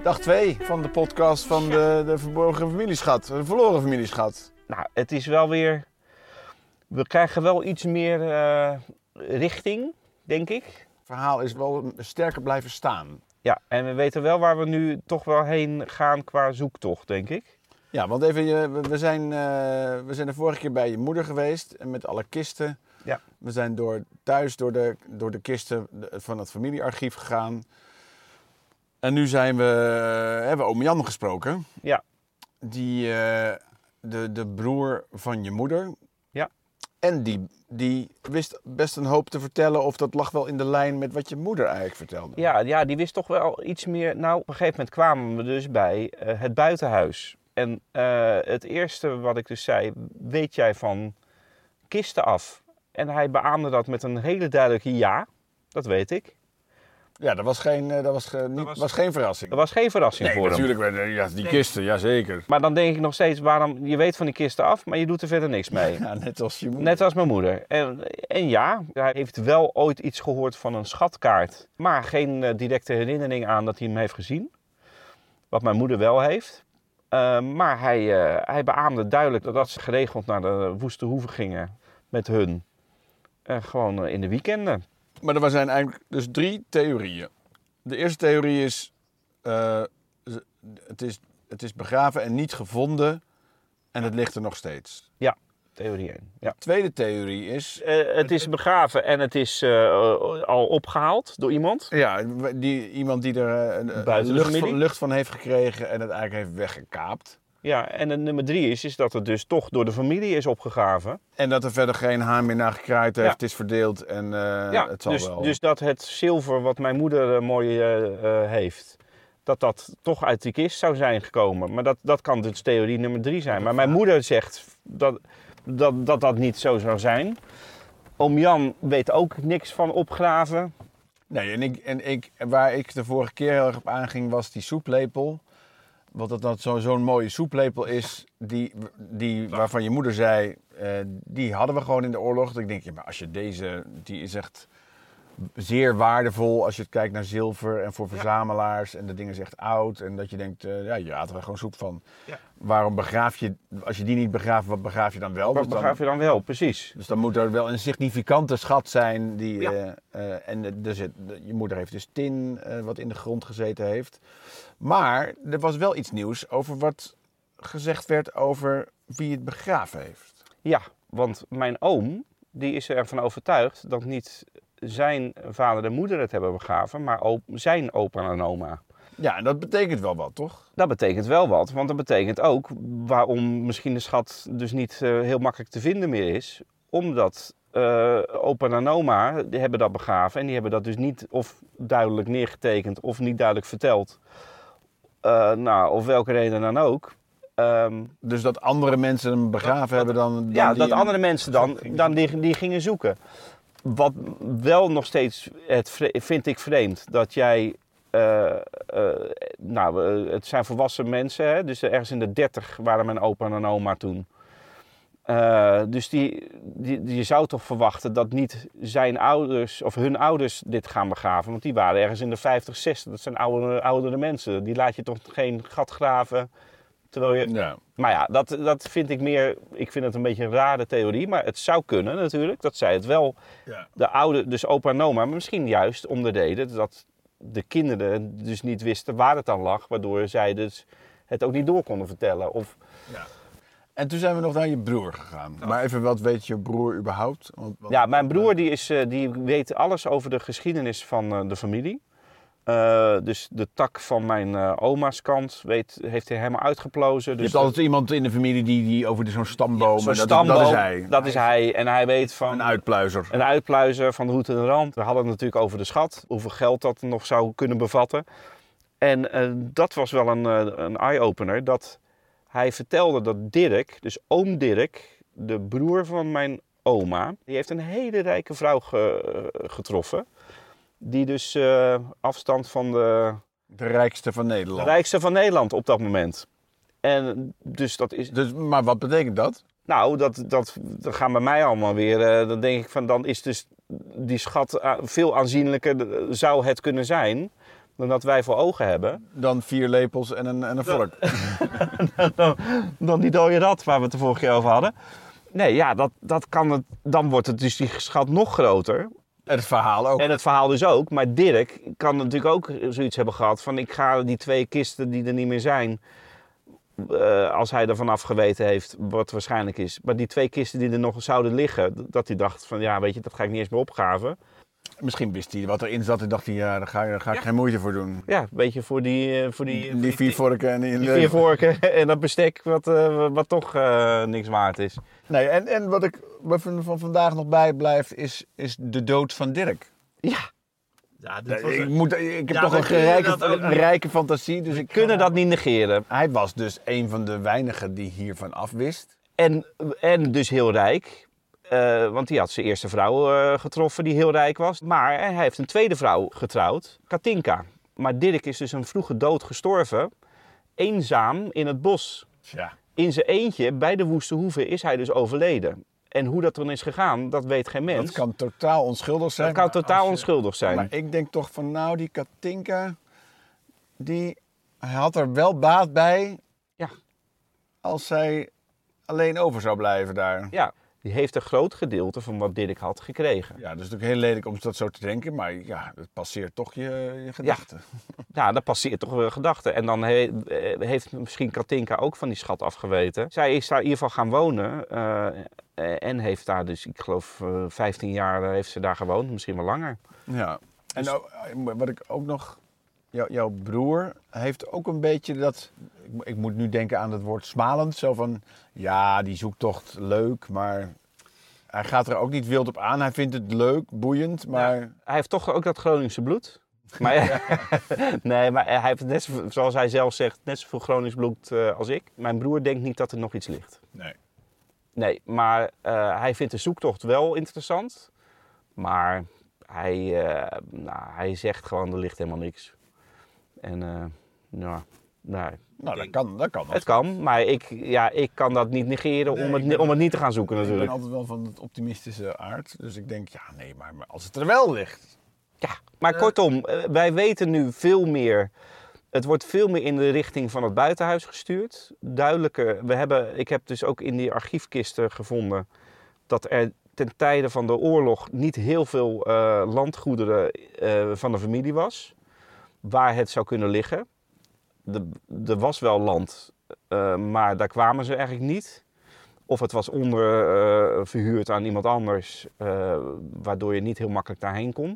Dag 2 van de podcast van de verborgen familieschat. De verloren familieschat. Nou, het is wel weer... We krijgen wel iets meer richting, denk ik. Het verhaal is wel sterker blijven staan. Ja, en we weten wel waar we nu toch wel heen gaan qua zoektocht, denk ik. Ja, want even, we zijn de vorige keer bij je moeder geweest en met alle kisten. Ja. We zijn thuis door de kisten van het familiearchief gegaan. En nu hebben we oom Jan gesproken. Ja. De broer van je moeder. Ja. En die wist best een hoop te vertellen, of dat lag wel in de lijn met wat je moeder eigenlijk vertelde. Ja, die wist toch wel iets meer. Nou, op een gegeven moment kwamen we dus bij het buitenhuis. En het eerste wat ik dus zei, weet jij van kisten af? En hij beaamde dat met een hele duidelijke ja, dat weet ik. Ja, dat was geen verrassing. Dat was geen verrassing voor hem. Natuurlijk, die kisten, jazeker. Maar dan denk ik nog steeds, waarom, je weet van die kisten af, maar je doet er verder niks mee. Ja, net als je moeder. Net als mijn moeder. En ja, hij heeft wel ooit iets gehoord van een schatkaart. Maar geen directe herinnering aan dat hij hem heeft gezien. Wat mijn moeder wel heeft. Maar hij beaamde duidelijk dat ze geregeld naar de Woeste Hoeve gingen met hun. Gewoon in de weekenden. Maar er zijn eigenlijk dus 3 theorieën. De eerste theorie is, het is begraven en niet gevonden en het ligt er nog steeds. Ja, theorie 1. Ja. De tweede theorie is... het is begraven en het is al opgehaald door iemand. Ja, iemand die er lucht van heeft gekregen en het eigenlijk heeft weggekaapt. Ja, en de nummer 3 is dat het dus toch door de familie is opgegraven. En dat er verder geen haan meer naar gekraaid heeft, het is verdeeld en het zal wel. Dus dat het zilver wat mijn moeder mooi heeft, dat toch uit die kist zou zijn gekomen. Maar dat kan dus theorie nummer 3 zijn. Maar mijn moeder zegt dat niet zo zou zijn. Oom Jan weet ook niks van opgraven. Nee, waar ik de vorige keer heel erg op aanging was die soeplepel. Wat dat zo'n mooie soeplepel is, waarvan je moeder zei, die hadden we gewoon in de oorlog. Ik denk, ja, maar als je die is echt zeer waardevol als je het kijkt naar zilver en voor verzamelaars. En dat ding is echt oud en dat je denkt, hier hadden we gewoon soep van. Ja. Waarom begraaf je, als je die niet begraaft, wat begraaf je dan wel? Wat begraaf je dan wel, precies. Dus dan moet er wel een significante schat zijn. Je moeder heeft dus tin wat in de grond gezeten heeft. Maar er was wel iets nieuws over wat gezegd werd over wie het begraven heeft. Ja, want mijn oom, die is ervan overtuigd dat niet zijn vader en moeder het hebben begraven, maar zijn opa en oma. Ja, en dat betekent wel wat, toch? Dat betekent wel wat, want dat betekent ook waarom misschien de schat dus niet heel makkelijk te vinden meer is. Omdat opa en oma die hebben dat begraven en die hebben dat dus niet of duidelijk neergetekend of niet duidelijk verteld. Of welke reden dan ook. Dus dat andere mensen hem begraven hebben dan dat andere mensen dan die gingen zoeken. Wat wel nog steeds, vind ik vreemd, dat jij... het zijn volwassen mensen, hè? Dus ergens in de 30 waren mijn opa en oma toen. Dus je zou toch verwachten dat niet zijn ouders of hun ouders dit gaan begraven. Want die waren ergens in de 50, 60. Dat zijn oudere mensen. Die laat je toch geen gat graven. Terwijl je... Ja. Maar ja, dat vind ik meer... Ik vind het een beetje een rare theorie. Maar het zou kunnen natuurlijk. Dat zij het wel... Ja. De oude, dus opa en oma. Maar misschien juist om de reden dat de kinderen dus niet wisten waar het aan lag. Waardoor zij dus het ook niet door konden vertellen. Of... Ja. En toen zijn we nog naar je broer gegaan. Ja. Maar even, wat weet je broer überhaupt? Ja, mijn broer die weet alles over de geschiedenis van de familie. Dus de tak van mijn oma's kant heeft hij helemaal uitgeplozen. Dus je hebt altijd iemand in de familie die over zo'n stamboom... Ja, dat is hij. Dat is hij. En hij weet van... Een uitpluizer. Een uitpluizer van de hoed en de rand. We hadden het natuurlijk over de schat. Hoeveel geld dat nog zou kunnen bevatten. En dat was wel een eye-opener. Dat hij vertelde dat Dirk, dus oom Dirk, de broer van mijn oma... Die heeft een hele rijke vrouw getroffen... Die dus afstand van de rijkste van Nederland. De rijkste van Nederland op dat moment. En dus dat is... Maar wat betekent dat? Nou, dat gaan bij mij allemaal weer... dan denk ik van, dan is dus die schat veel aanzienlijker zou het kunnen zijn. dan dat wij voor ogen hebben. Dan 4 lepels en een vork. Dan die dode rat waar we het de vorige keer over hadden. Nee, ja, dat kan het. Dan wordt het dus die schat nog groter. En het verhaal ook. En het verhaal dus ook. Maar Dirk kan natuurlijk ook zoiets hebben gehad van ik ga die 2 kisten die er niet meer zijn, als hij er vanaf geweten heeft, wat waarschijnlijk is. Maar die 2 kisten die er nog zouden liggen, dat hij dacht van ja, weet je, dat ga ik niet eens meer opgraven. Misschien wist hij wat erin zat en dacht hij, ja, daar ga ik geen moeite voor doen. Ja, een beetje voor die 4 vorken en die 4 vorken en dat bestek wat toch niks waard is. Nee, en wat van vandaag nog bijblijft is de dood van Dirk. Ja. Ik heb toch een rijke fantasie. Dus ik kunnen dat niet negeren. Hij was dus een van de weinigen die hiervan afwist. En dus heel rijk. Want hij had zijn eerste vrouw getroffen die heel rijk was. Maar hij heeft een tweede vrouw getrouwd, Katinka. Maar Dirk is dus een vroege dood gestorven. Eenzaam in het bos. Ja. In zijn eentje bij de Woeste Hoeve is hij dus overleden. En hoe dat dan is gegaan, dat weet geen mens. Dat kan totaal onschuldig zijn. Dat kan totaal onschuldig zijn. Maar ik denk toch van nou, die Katinka, hij had er wel baat bij. Ja. Als zij alleen over zou blijven daar. Ja, die heeft een groot gedeelte van wat Dirk had gekregen. Ja, dat is natuurlijk heel lelijk om dat zo te denken, maar ja, het passeert toch je gedachten. Ja, dat passeert toch wel gedachten. En dan heeft misschien Katinka ook van die schat afgeweten. Zij is daar in ieder geval gaan wonen en heeft daar dus, ik geloof 15 jaar heeft ze daar gewoond, misschien wel langer. Ja, Dus... en wat ik ook nog... Jouw broer heeft ook een beetje dat... Ik moet nu denken aan het woord smalend. Zo van, ja, die zoektocht leuk, maar... Hij gaat er ook niet wild op aan. Hij vindt het leuk, boeiend, maar... Ja, hij heeft toch ook dat Groningse bloed. Maar, nee, maar hij heeft net, zoals hij zelf zegt, net zoveel Gronings bloed als ik. Mijn broer denkt niet dat er nog iets ligt. Nee, maar hij vindt de zoektocht wel interessant. Maar hij zegt gewoon, er ligt helemaal niks. En nee. Nou, dat kan. Het kan, maar ik kan dat niet negeren om het niet te gaan zoeken natuurlijk. Ik ben altijd wel van het optimistische aard. Dus ik denk, ja, nee, maar als het er wel ligt. Ja, maar kortom, wij weten nu veel meer. Het wordt veel meer in de richting van het buitenhuis gestuurd. Duidelijker, ik heb dus ook in die archiefkisten gevonden dat er ten tijde van de oorlog niet heel veel landgoederen van de familie was. Waar het zou kunnen liggen. Er was wel land, maar daar kwamen ze eigenlijk niet. Of het was verhuurd aan iemand anders, waardoor je niet heel makkelijk daarheen kon.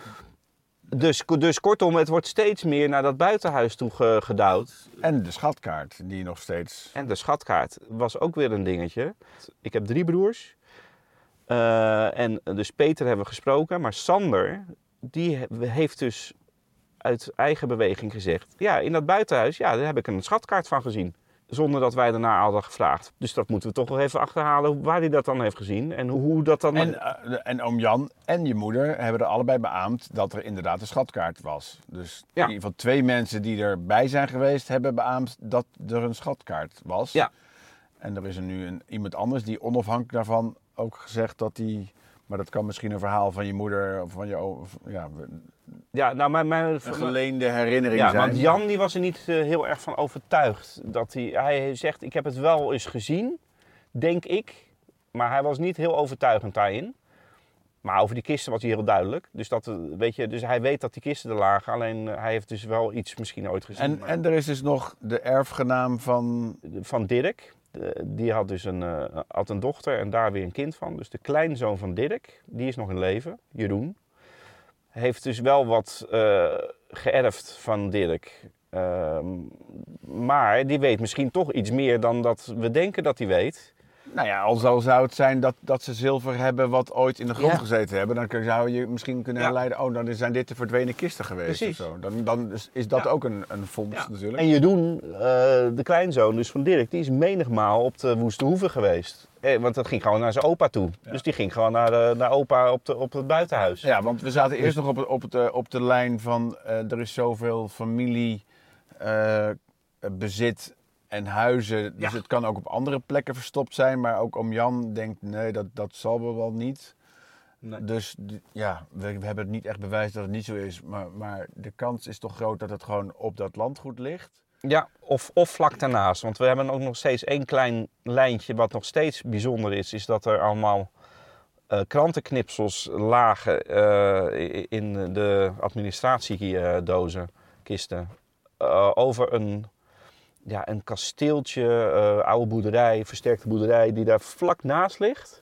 Dus kortom, het wordt steeds meer naar dat buitenhuis toe gedouwd. En de schatkaart, die nog steeds... En de schatkaart was ook weer een dingetje. Ik heb 3 broers. En dus Peter hebben we gesproken, maar Sander, die heeft dus uit eigen beweging gezegd, ja, in dat buitenhuis, ja, daar heb ik een schatkaart van gezien. Zonder dat wij daarna hadden gevraagd. Dus dat moeten we toch wel even achterhalen waar hij dat dan heeft gezien. En hoe dat dan... En oom Jan en je moeder hebben er allebei beaamd dat er inderdaad een schatkaart was. Dus in ieder geval 2 mensen die erbij zijn geweest hebben beaamd dat er een schatkaart was. Ja. En er is er nu iemand anders die onafhankelijk daarvan ook gezegd dat hij... Maar dat kan misschien een verhaal van je moeder of van je oom... Ja, nou, een geleende herinnering zijn. Ja, want Jan die was er niet heel erg van overtuigd. Hij zegt, ik heb het wel eens gezien, denk ik. Maar hij was niet heel overtuigend daarin. Maar over die kisten was hij heel duidelijk. Dus, dus hij weet dat die kisten er lagen. Alleen hij heeft dus wel iets misschien ooit gezien. En er is dus nog de erfgenaam van Dirk. Die had dus een dochter en daar weer een kind van. Dus de kleinzoon van Dirk, die is nog in leven, Jeroen. Heeft dus wel wat geërfd van Dirk. Maar die weet misschien toch iets meer dan dat we denken dat hij weet. Nou ja, al zou het zijn dat ze zilver hebben wat ooit in de grond gezeten hebben. Dan zou je misschien kunnen herleiden, oh, dan zijn dit de verdwenen kisten geweest. Precies. Of zo. Dan is dat ook een vondst natuurlijk. En Jeroen, de kleinzoon dus van Dirk, die is menigmaal op de Woeste Hoeve geweest. Want dat ging gewoon naar zijn opa toe. Ja. Dus die ging gewoon naar opa op het buitenhuis. Ja, want we zaten eerst nog op de lijn van er is zoveel familie, bezit en huizen. Dus het kan ook op andere plekken verstopt zijn. Maar ook oom Jan denkt, nee, dat zal wel niet. Nee. Dus ja, we hebben het niet echt bewijs dat het niet zo is. Maar de kans is toch groot dat het gewoon op dat landgoed ligt. Ja, of vlak daarnaast. Want we hebben ook nog steeds één klein lijntje wat nog steeds bijzonder is dat er allemaal krantenknipsels lagen in de administratiedozen, kisten. Over een kasteeltje, oude boerderij, versterkte boerderij, die daar vlak naast ligt.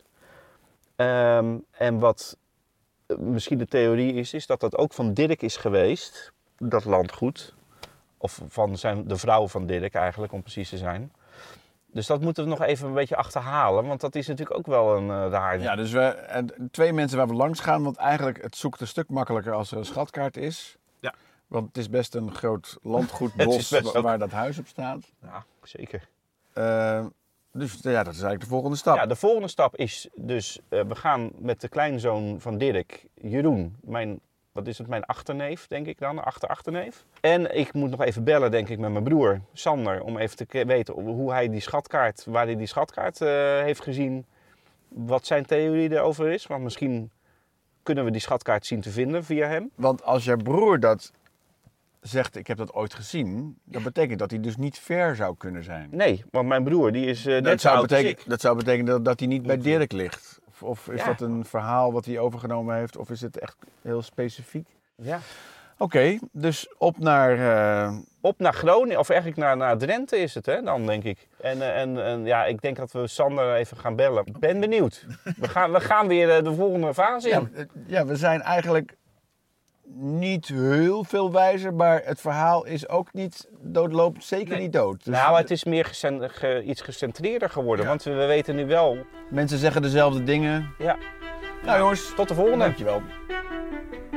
En wat misschien de theorie is dat dat ook van Dirk is geweest, dat landgoed. Of van de vrouw van Dirk eigenlijk, om precies te zijn. Dus dat moeten we nog even een beetje achterhalen, want dat is natuurlijk ook wel een raar... Ja, dus twee mensen waar we langs gaan, want eigenlijk het zoekt een stuk makkelijker als er een schatkaart is. Ja. Want het is best een groot landgoedbos waar dat huis op staat. Ja, zeker. Dus ja, dat is eigenlijk de volgende stap. Ja, de volgende stap is dus, we gaan met de kleinzoon van Dirk, Jeroen, mijn achterneef, denk ik dan, achterneef. En ik moet nog even bellen, denk ik, met mijn broer, Sander, om even te weten hoe hij waar hij die schatkaart heeft gezien. Wat zijn theorie erover is, want misschien kunnen we die schatkaart zien te vinden via hem. Want als jouw broer dat zegt, ik heb dat ooit gezien, dat betekent dat hij dus niet ver zou kunnen zijn. Nee, want mijn broer die is net zo oud als ik. Dat zou betekenen dat hij niet bij Dirk ligt. Of is dat een verhaal wat hij overgenomen heeft, of is het echt heel specifiek? Ja. Oké, dus op naar... Op naar Groningen, of eigenlijk naar Drenthe is het, hè, dan denk ik. En ja, ik denk dat we Sander even gaan bellen. Ik ben benieuwd. We gaan weer de volgende fase in. Ja, we zijn eigenlijk niet heel veel wijzer, maar het verhaal is ook niet doodlopend, zeker niet dood. Dus nou, het is meer iets gecentreerder geworden, want we weten nu wel... Mensen zeggen dezelfde dingen. Ja. Nou jongens, tot de volgende. Dankjewel.